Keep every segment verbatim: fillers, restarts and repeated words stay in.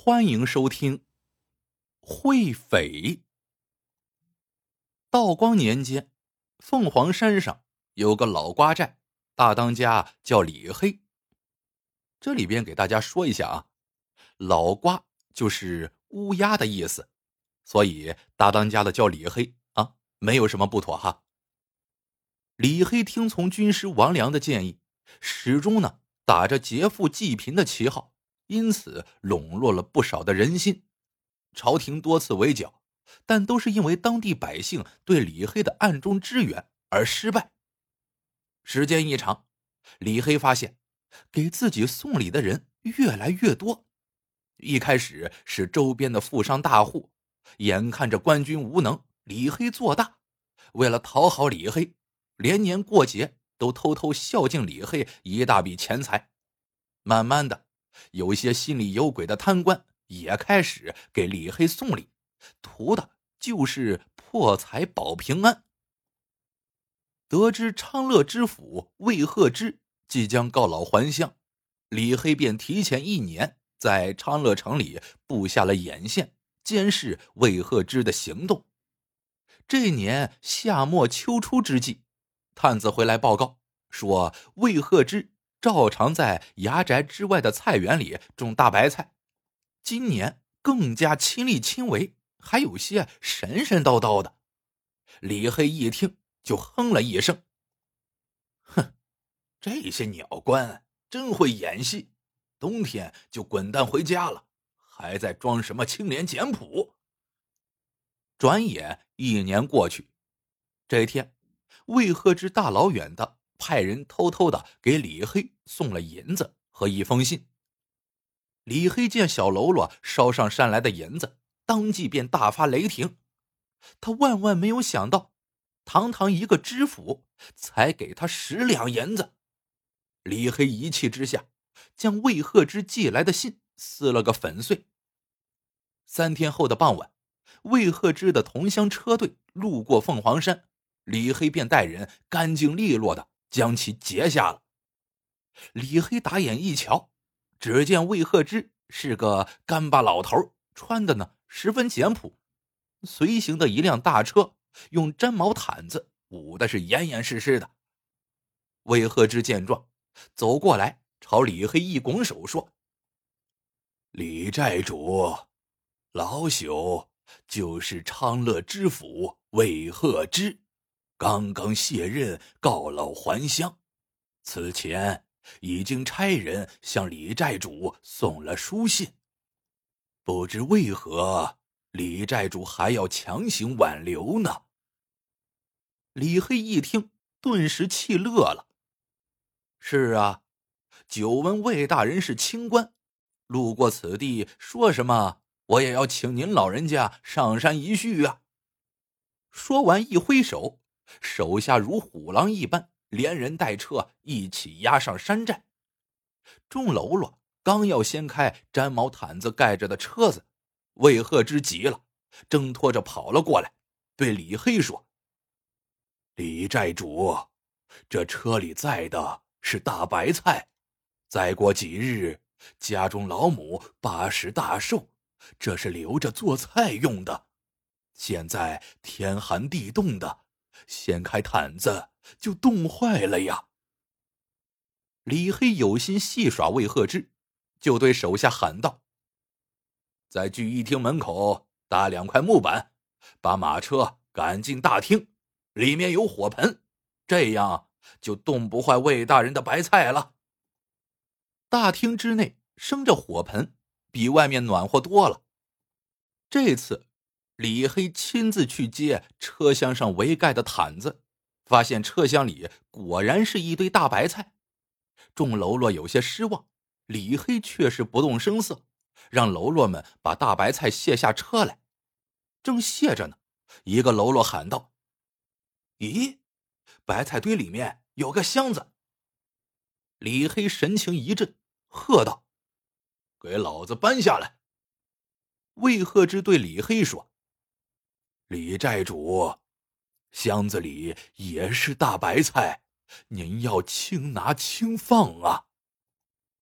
欢迎收听会匪。道光年间，凤凰山上有个老瓜寨，大当家叫李黑。这里边给大家说一下啊，老瓜就是乌鸦的意思，所以大当家的叫李黑啊，没有什么不妥哈。李黑听从军师王良的建议，始终呢打着劫富济贫的旗号，因此笼络了不少的人心。朝廷多次围剿，但都是因为当地百姓对李黑的暗中支援而失败。时间一长，李黑发现给自己送礼的人越来越多。一开始是周边的富商大户，眼看着官军无能，李黑做大，为了讨好李黑，连年过节都偷偷孝敬李黑一大笔钱财。慢慢的，有些心里有鬼的贪官也开始给李黑送礼，图的就是破财保平安。得知昌乐知府魏贺之即将告老还乡，李黑便提前一年在昌乐城里布下了眼线，监视魏贺之的行动。这年夏末秋初之际，探子回来报告说，魏贺之照常在衙宅之外的菜园里种大白菜，今年更加亲力亲为，还有些神神叨叨的。李黑一听就哼了一声，哼，这些鸟官真会演戏，冬天就滚蛋回家了，还在装什么清廉简朴。转眼一年过去，这天魏贺之大老远的派人偷偷的给李黑送了银子和一封信。李黑见小喽啰捎上山来的银子，当即便大发雷霆。他万万没有想到，堂堂一个知府才给他十两银子。李黑一气之下，将魏贺之寄来的信撕了个粉碎。三天后的傍晚，魏贺之的同乡车队路过凤凰山，李黑便带人干净利落的将其截下了。李黑打眼一瞧，只见魏贺之是个干巴老头，穿的呢十分简朴，随行的一辆大车用毡毛毯子捂的是严严实实的。魏贺之见状，走过来朝李黑一拱手说：“ 李寨主，老朽就是昌乐知府魏贺之，刚刚卸任告老还乡，此前已经差人向李寨主送了书信，不知为何李寨主还要强行挽留呢？” 李黑一听顿时气乐了。是啊，久闻魏大人是清官，路过此地说什么我也要请您老人家上山一叙啊。说完一挥手，手下如虎狼一般，连人带车一起押上山寨。众喽啰刚要掀开毡毛毯子盖着的车子，魏贺之急了，挣脱着跑了过来，对李黑说：“ 李寨主，这车里载的是大白菜，再过几日家中老母八十大寿，这是留着做菜用的。现在天寒地冻的，掀开毯子就冻坏了呀。” 李黑有心戏耍魏贺之，就对手下喊道：“在聚义厅门口搭两块木板，把马车赶进大厅，里面有火盆，这样就冻不坏魏大人的白菜了。”大厅之内生着火盆，比外面暖和多了。这次李黑亲自去接车厢上围盖的毯子，发现车厢里果然是一堆大白菜。众喽啰有些失望，李黑却是不动声色，让喽啰们把大白菜卸下车来。正卸着呢，一个喽啰喊道：“咦，白菜堆里面有个箱子！”李黑神情一震，喝道：“给老子搬下来！”魏贺之对李黑说：“ 李寨主，箱子里也是大白菜，您要轻拿轻放啊。”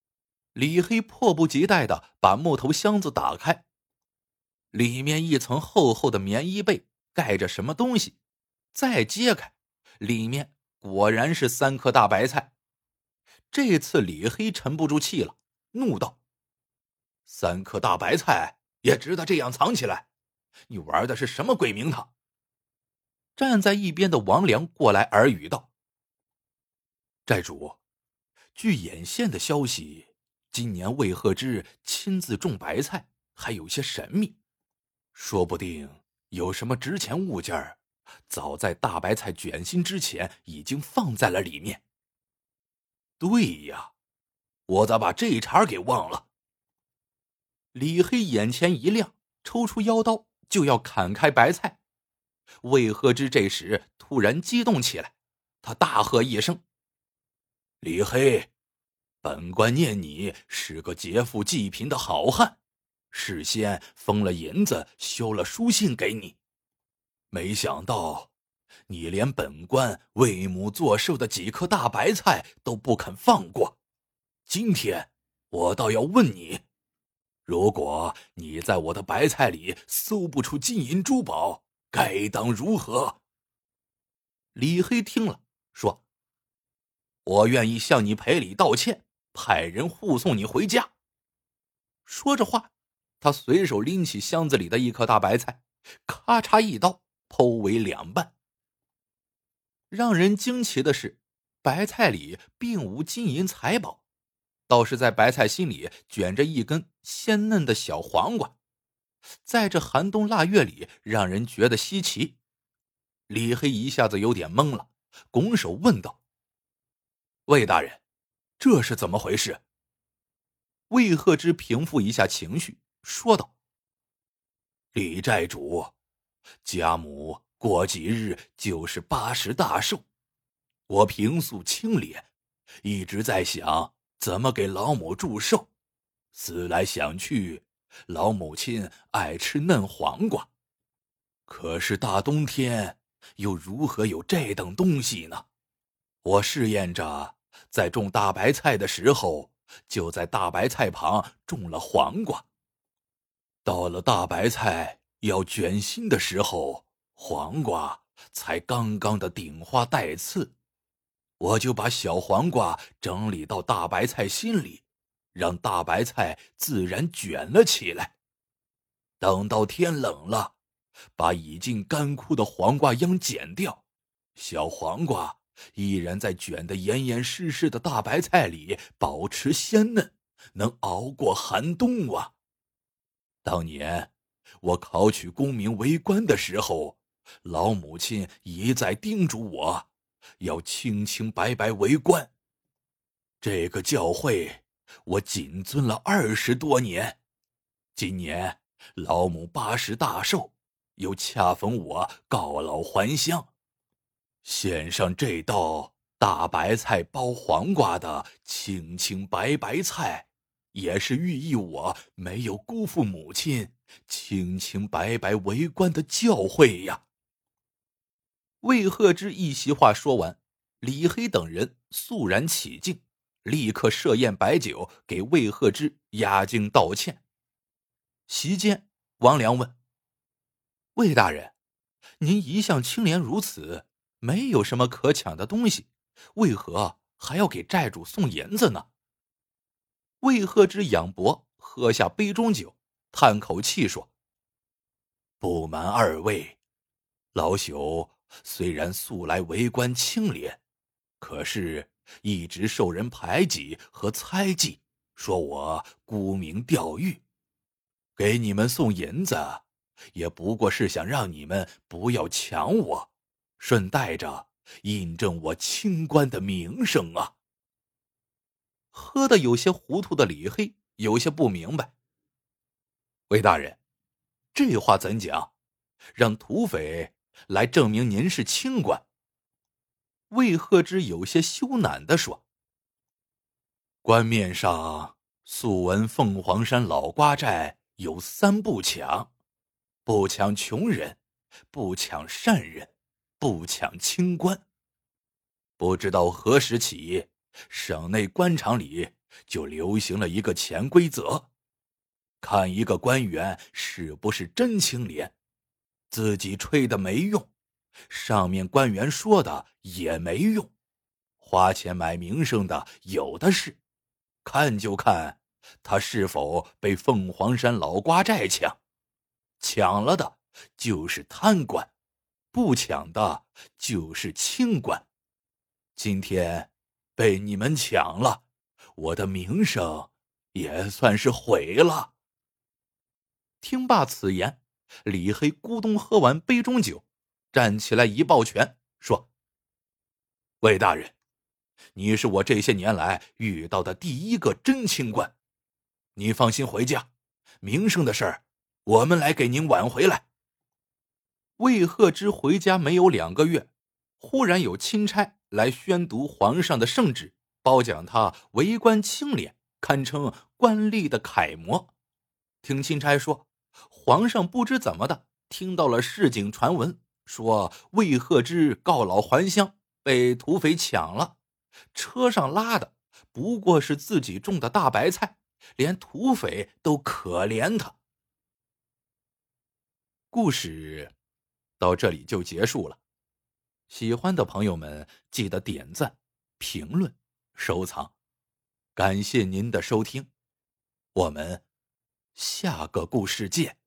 李黑迫不及待地把木头箱子打开，里面一层厚厚的棉衣被盖着什么东西，再揭开，里面果然是三颗大白菜。这次李黑沉不住气了，怒道：三颗大白菜也值得这样藏起来？你玩的是什么鬼名堂？站在一边的王良过来耳语道：寨主，据眼线的消息，今年魏鹤之亲自种白菜还有些神秘，说不定有什么值钱物件早在大白菜卷心之前已经放在了里面。对呀，我咋把这茬给忘了？李黑眼前一亮，抽出腰刀就要砍开白菜。魏鹤之这时突然激动起来，他大喝一声：李黑，本官念你是个劫富济贫的好汉，事先封了银子，修了书信给你，没想到你连本官为母做寿的几颗大白菜都不肯放过。今天我倒要问你，如果你在我的白菜里搜不出金银珠宝，该当如何？李黑听了说：我愿意向你赔礼道歉，派人护送你回家。说着话，他随手拎起箱子里的一颗大白菜，咔嚓一刀剖为两半。让人惊奇的是，白菜里并无金银财宝，倒是在白菜心里卷着一根鲜嫩的小黄瓜，在这寒冬腊月里让人觉得稀奇。李黑一下子有点懵了，拱手问道：魏大人，这是怎么回事？魏鹤之平复一下情绪，说道：李寨主，家母过几日就是八十大寿，我平素清廉，一直在想怎么给老母祝寿。思来想去，老母亲爱吃嫩黄瓜，可是大冬天又如何有这等东西呢？我试验着在种大白菜的时候，就在大白菜旁种了黄瓜。到了大白菜要卷心的时候，黄瓜才刚刚的顶花带刺，我就把小黄瓜整理到大白菜心里，让大白菜自然卷了起来。等到天冷了，把已经干枯的黄瓜秧剪掉，小黄瓜依然在卷得严严实实的大白菜里保持鲜嫩，能熬过寒冬啊。当年我考取功名为官的时候，老母亲一再叮嘱我要清清白白为官，这个教诲我谨遵了二十多年。今年老母八十大寿，又恰逢我告老还乡，献上这道大白菜包黄瓜的清清白白菜，也是寓意我没有辜负母亲清清白白为官的教诲呀。魏鹤之一席话说完，李黑等人肃然起敬，立刻设宴摆酒给魏鹤之压惊道歉。席间，王良问：魏大人，您一向清廉如此，没有什么可抢的东西，为何还要给寨主送银子呢？魏鹤之仰脖喝下杯中酒，叹口气说：不瞒二位，老朽虽然素来为官清廉，可是一直受人排挤和猜忌，说我沽名钓誉。给你们送银子，也不过是想让你们不要抢我，顺带着印证我清官的名声啊。喝得有些糊涂的李黑有些不明白：魏大人，这话怎讲？让土匪来证明您是清官？魏鹤之有些羞赧地说：官面上素闻凤凰山老瓜寨有三不抢：不抢穷人，不抢善人，不抢清官。不知道何时起，省内官场里就流行了一个潜规则：看一个官员是不是真清廉，自己吹的没用，上面官员说的也没用，花钱买名声的有的是，看就看他是否被凤凰山老瓜寨抢，抢了的就是贪官，不抢的就是清官。今天被你们抢了，我的名声也算是毁了。 听罢此言，李黑咕咚喝完杯中酒，站起来一抱拳，说： 魏大人，你是我这些年来遇到的第一个真清官，你放心回家，名声的事儿我们来给您挽回来。 魏贺之回家没有两个月，忽然有钦差来宣读皇上的圣旨，褒奖他为官清廉，堪称官吏的楷模。听钦差说，皇上不知怎么的听到了市井传闻，说魏贺之告老还乡，被土匪抢了，车上拉的不过是自己种的大白菜，连土匪都可怜他。故事到这里就结束了。喜欢的朋友们记得点赞、评论、收藏，感谢您的收听，我们下个故事见。